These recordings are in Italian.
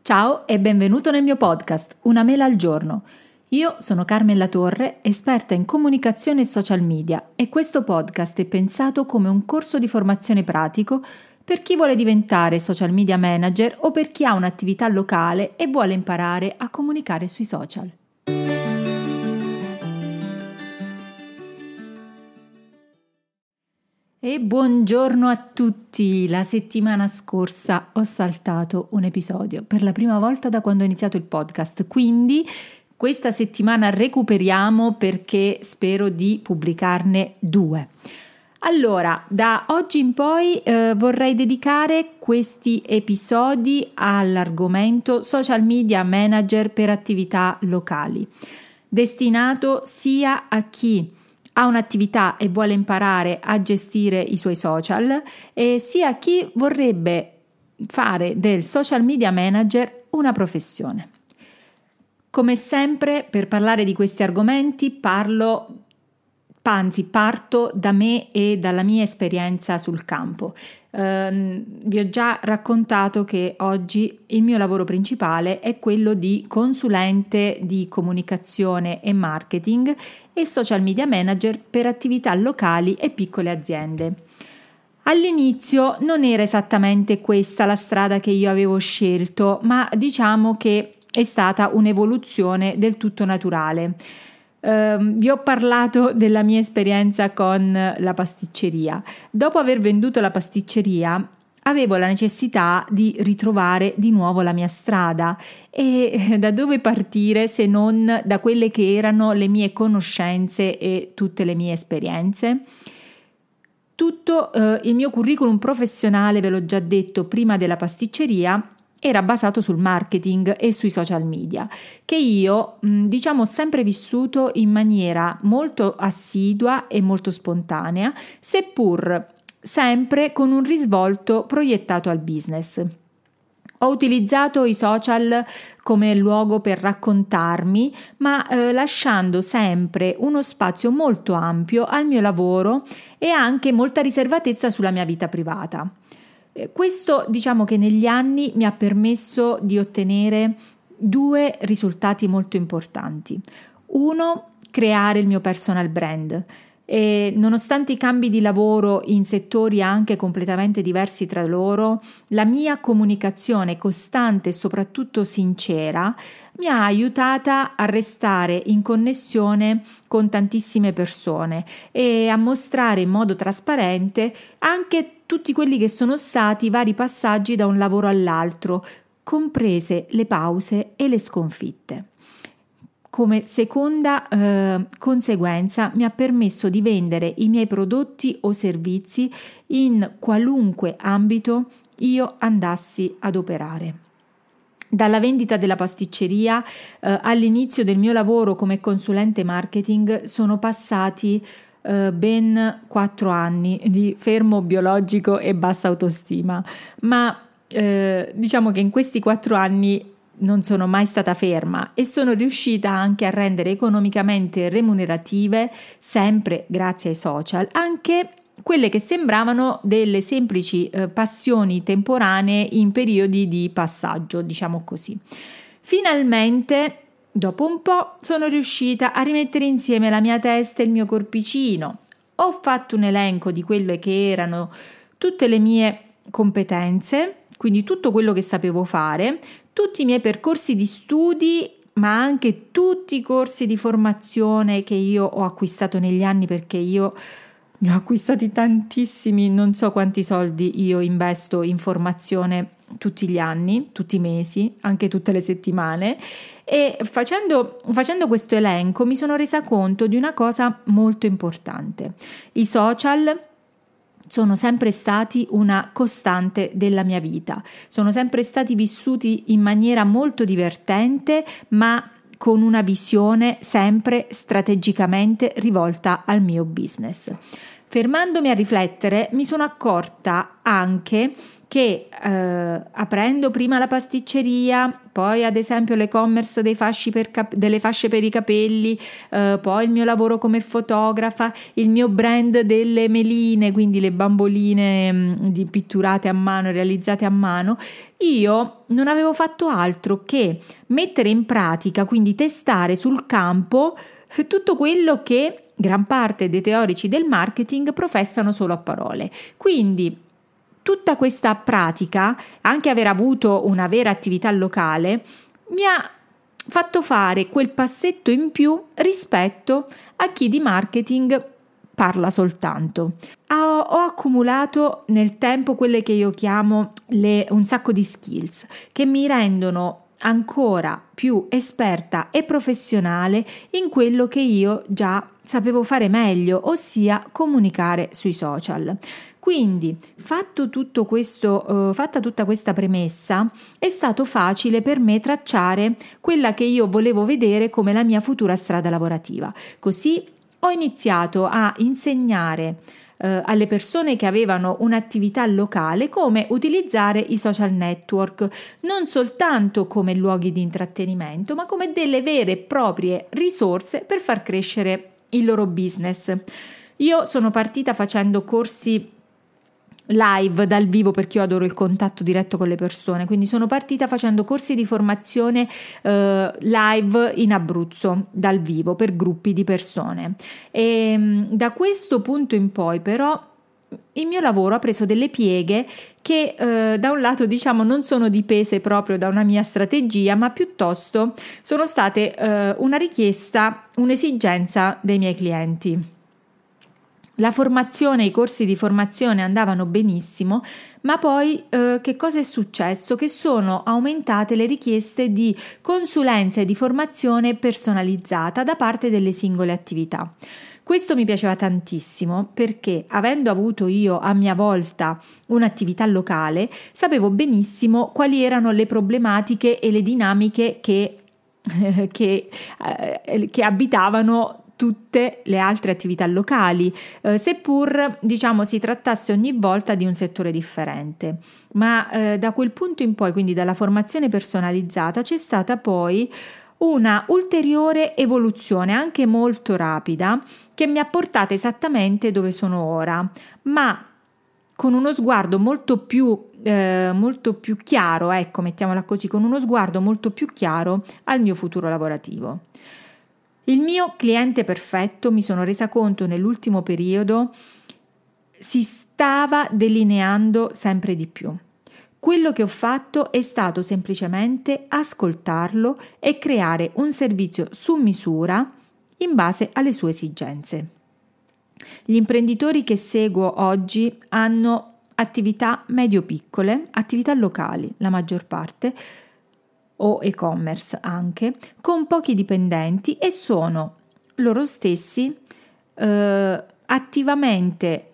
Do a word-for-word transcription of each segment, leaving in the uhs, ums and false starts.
Ciao e benvenuto nel mio podcast, Una mela al giorno. Io sono Carmen Latorre, esperta in comunicazione e social media, e questo podcast è pensato come un corso di formazione pratico per chi vuole diventare social media manager o per chi ha un'attività locale e vuole imparare a comunicare sui social. E buongiorno a tutti! La settimana scorsa ho saltato un episodio per la prima volta da quando ho iniziato il podcast, quindi questa settimana recuperiamo perché spero di pubblicarne due. Allora, da oggi in poi eh, vorrei dedicare questi episodi all'argomento social media manager per attività locali, destinato sia a chi ha un'attività e vuole imparare a gestire i suoi social, e sia a chi vorrebbe fare del social media manager una professione. Come sempre, per parlare di questi argomenti parlo, anzi parto da me e dalla mia esperienza sul campo. Uh, vi ho già raccontato che oggi il mio lavoro principale è quello di consulente di comunicazione e marketing e social media manager per attività locali e piccole aziende. All'inizio non era esattamente questa la strada che io avevo scelto, ma diciamo che è stata un'evoluzione del tutto naturale. Uh, vi ho parlato della mia esperienza con la pasticceria. Dopo aver venduto la pasticceria avevo la necessità di ritrovare di nuovo la mia strada e da dove partire se non da quelle che erano le mie conoscenze e tutte le mie esperienze. Tutto uh, il mio curriculum professionale, ve l'ho già detto prima della pasticceria, era basato sul marketing e sui social media, che io, diciamo, ho sempre vissuto in maniera molto assidua e molto spontanea, seppur sempre con un risvolto proiettato al business. Ho utilizzato i social come luogo per raccontarmi, ma eh, lasciando sempre uno spazio molto ampio al mio lavoro e anche molta riservatezza sulla mia vita privata. Questo, diciamo che negli anni mi ha permesso di ottenere due risultati molto importanti. Uno, creare il mio personal brand. E nonostante i cambi di lavoro in settori anche completamente diversi tra loro, la mia comunicazione costante e soprattutto sincera mi ha aiutata a restare in connessione con tantissime persone e a mostrare in modo trasparente anche tutti quelli che sono stati i vari passaggi da un lavoro all'altro, comprese le pause e le sconfitte. Come seconda eh, conseguenza mi ha permesso di vendere i miei prodotti o servizi in qualunque ambito io andassi ad operare. Dalla vendita della pasticceria eh, all'inizio del mio lavoro come consulente marketing sono passati eh, ben quattro anni di fermo biologico e bassa autostima, ma eh, diciamo che in questi quattro anni non sono mai stata ferma e sono riuscita anche a rendere economicamente remunerative, sempre grazie ai social, anche quelle che sembravano delle semplici eh, passioni temporanee in periodi di passaggio, diciamo così. Finalmente, dopo un po', sono riuscita a rimettere insieme la mia testa e il mio corpicino. Ho fatto un elenco di quelle che erano tutte le mie competenze, quindi tutto quello che sapevo fare, tutti i miei percorsi di studi, ma anche tutti i corsi di formazione che io ho acquistato negli anni, perché io ne ho acquistati tantissimi, non so quanti soldi io investo in formazione tutti gli anni, tutti i mesi, anche tutte le settimane, e facendo, facendo questo elenco mi sono resa conto di una cosa molto importante. I social sono sempre stati una costante della mia vita, sono sempre stati vissuti in maniera molto divertente, ma con una visione sempre strategicamente rivolta al mio business. Fermandomi a riflettere, mi sono accorta anche che eh, aprendo prima la pasticceria, poi ad esempio l'e-commerce dei fasci per cap- delle fasce per i capelli, eh, poi il mio lavoro come fotografa, il mio brand delle meline, quindi le bamboline mh, di pitturate a mano, realizzate a mano, io non avevo fatto altro che mettere in pratica, quindi testare sul campo tutto quello che gran parte dei teorici del marketing professano solo a parole. Quindi tutta questa pratica, anche aver avuto una vera attività locale, mi ha fatto fare quel passetto in più rispetto a chi di marketing parla soltanto. Ho, ho accumulato nel tempo quelle che io chiamo le, un sacco di skills che mi rendono ancora più esperta e professionale in quello che io già sapevo fare meglio, ossia comunicare sui social. Quindi, fatto tutto questo, eh, fatta tutta questa premessa, è stato facile per me tracciare quella che io volevo vedere come la mia futura strada lavorativa. Così ho iniziato a insegnare eh, alle persone che avevano un'attività locale come utilizzare i social network, non soltanto come luoghi di intrattenimento, ma come delle vere e proprie risorse per far crescere il loro business. Io sono partita facendo corsi live dal vivo perché io adoro il contatto diretto con le persone, quindi sono partita facendo corsi di formazione eh, live in Abruzzo dal vivo per gruppi di persone e da questo punto in poi però il mio lavoro ha preso delle pieghe che eh, da un lato diciamo non sono dipese proprio da una mia strategia, ma piuttosto sono state eh, una richiesta, un'esigenza dei miei clienti. La formazione, i corsi di formazione andavano benissimo, ma poi eh, che cosa è successo? Che sono aumentate le richieste di consulenza e di formazione personalizzata da parte delle singole attività. Questo mi piaceva tantissimo perché, avendo avuto io a mia volta un'attività locale, sapevo benissimo quali erano le problematiche e le dinamiche che, che, eh, che abitavano tutte le altre attività locali, eh, seppur diciamo si trattasse ogni volta di un settore differente. Ma eh, da quel punto in poi, quindi dalla formazione personalizzata, c'è stata poi una ulteriore evoluzione anche molto rapida che mi ha portata esattamente dove sono ora, ma con uno sguardo molto più eh, molto più chiaro, ecco, mettiamola così, con uno sguardo molto più chiaro al mio futuro lavorativo. Il mio cliente perfetto, mi sono resa conto nell'ultimo periodo, si stava delineando sempre di più. Quello che ho fatto è stato semplicemente ascoltarlo e creare un servizio su misura in base alle sue esigenze. Gli imprenditori che seguo oggi hanno attività medio-piccole, attività locali, la maggior parte, o e-commerce anche, con pochi dipendenti e sono loro stessi eh, attivamente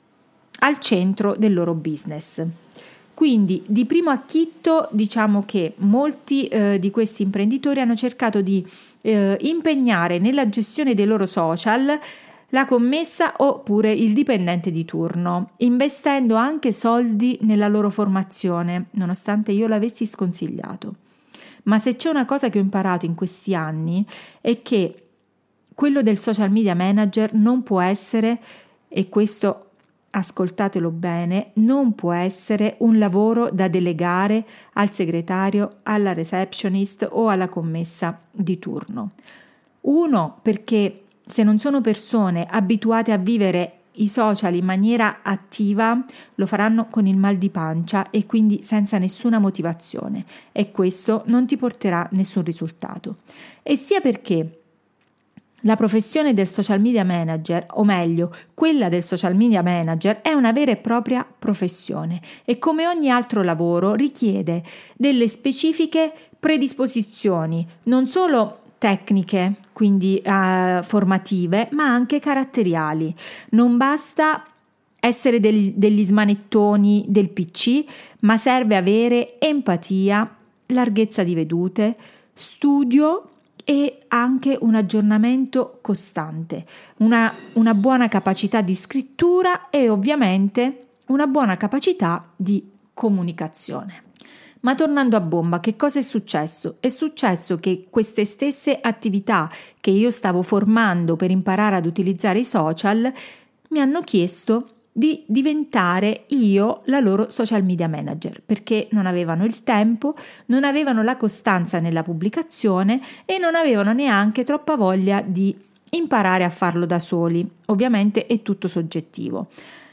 al centro del loro business. Quindi di primo acchitto diciamo che molti eh, di questi imprenditori hanno cercato di eh, impegnare nella gestione dei loro social la commessa oppure il dipendente di turno, investendo anche soldi nella loro formazione, nonostante io l'avessi sconsigliato. Ma se c'è una cosa che ho imparato in questi anni è che quello del social media manager non può essere, e questo ascoltatelo bene, non può essere un lavoro da delegare al segretario, alla receptionist o alla commessa di turno. Uno, perché se non sono persone abituate a vivere i social in maniera attiva, lo faranno con il mal di pancia e quindi senza nessuna motivazione, e questo non ti porterà nessun risultato. E sia perché la professione del social media manager, o meglio, quella del social media manager, è una vera e propria professione e come ogni altro lavoro richiede delle specifiche predisposizioni, non solo tecniche, quindi uh, formative, ma anche caratteriali. Non basta essere del, degli smanettoni del P C, ma serve avere empatia, larghezza di vedute, studio e anche un aggiornamento costante, una, una buona capacità di scrittura e ovviamente una buona capacità di comunicazione. Ma tornando a bomba, che cosa è successo? È successo che queste stesse attività che io stavo formando per imparare ad utilizzare i social mi hanno chiesto di diventare io la loro social media manager, perché non avevano il tempo, non avevano la costanza nella pubblicazione e non avevano neanche troppa voglia di imparare a farlo da soli. Ovviamente è tutto soggettivo.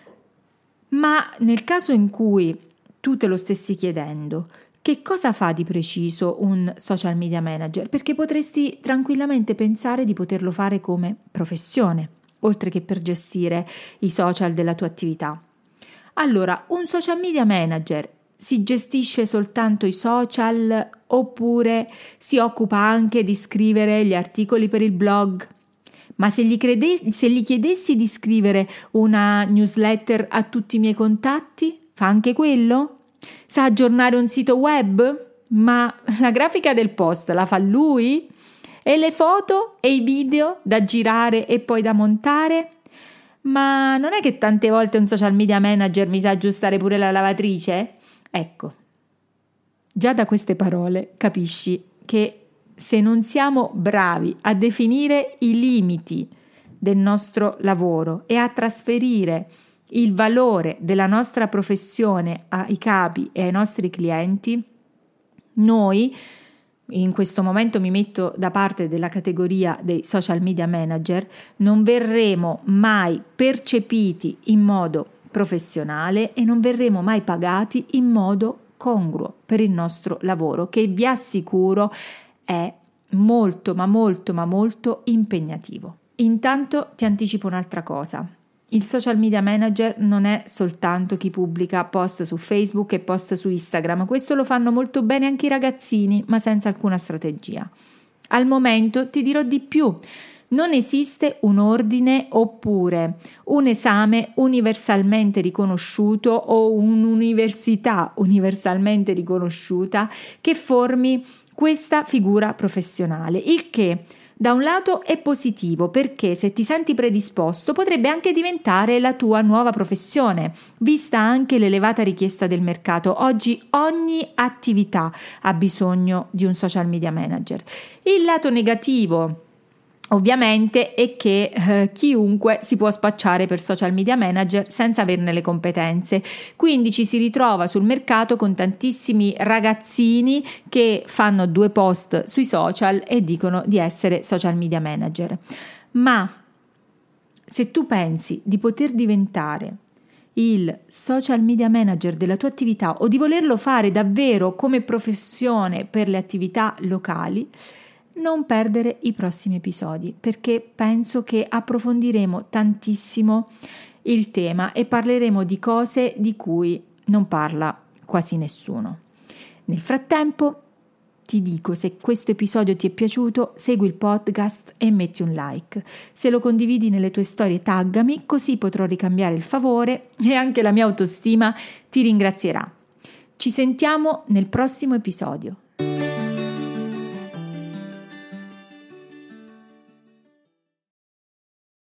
Ma nel caso in cui tu te lo stessi chiedendo, che cosa fa di preciso un social media manager? Perché potresti tranquillamente pensare di poterlo fare come professione, oltre che per gestire i social della tua attività. Allora, un social media manager si gestisce soltanto i social oppure si occupa anche di scrivere gli articoli per il blog? Ma se gli, crede- se gli chiedessi di scrivere una newsletter a tutti i miei contatti, fa anche quello? Sa aggiornare un sito web? Ma la grafica del post la fa lui? E le foto e i video da girare e poi da montare? Ma non è che tante volte un social media manager mi sa aggiustare pure la lavatrice? Ecco, già da queste parole capisci che se non siamo bravi a definire i limiti del nostro lavoro e a trasferire il valore della nostra professione ai capi e ai nostri clienti, noi, in questo momento mi metto da parte della categoria dei social media manager, non verremo mai percepiti in modo professionale e non verremo mai pagati in modo congruo per il nostro lavoro, che vi assicuro è molto ma molto ma molto impegnativo. Intanto ti anticipo un'altra cosa. Il social media manager non è soltanto chi pubblica post su Facebook e post su Instagram, questo lo fanno molto bene anche i ragazzini, ma senza alcuna strategia. Al momento ti dirò di più, non esiste un ordine oppure un esame universalmente riconosciuto o un'università universalmente riconosciuta che formi questa figura professionale, il che da un lato è positivo perché se ti senti predisposto potrebbe anche diventare la tua nuova professione, vista anche l'elevata richiesta del mercato. Oggi ogni attività ha bisogno di un social media manager. Il lato negativo ovviamente è che eh, chiunque si può spacciare per social media manager senza averne le competenze, quindi ci si ritrova sul mercato con tantissimi ragazzini che fanno due post sui social e dicono di essere social media manager. Ma se tu pensi di poter diventare il social media manager della tua attività o di volerlo fare davvero come professione per le attività locali, non perdere i prossimi episodi, perché penso che approfondiremo tantissimo il tema e parleremo di cose di cui non parla quasi nessuno. Nel frattempo ti dico, se questo episodio ti è piaciuto, segui il podcast e metti un like. Se lo condividi nelle tue storie, taggami, così potrò ricambiare il favore e anche la mia autostima ti ringrazierà. Ci sentiamo nel prossimo episodio.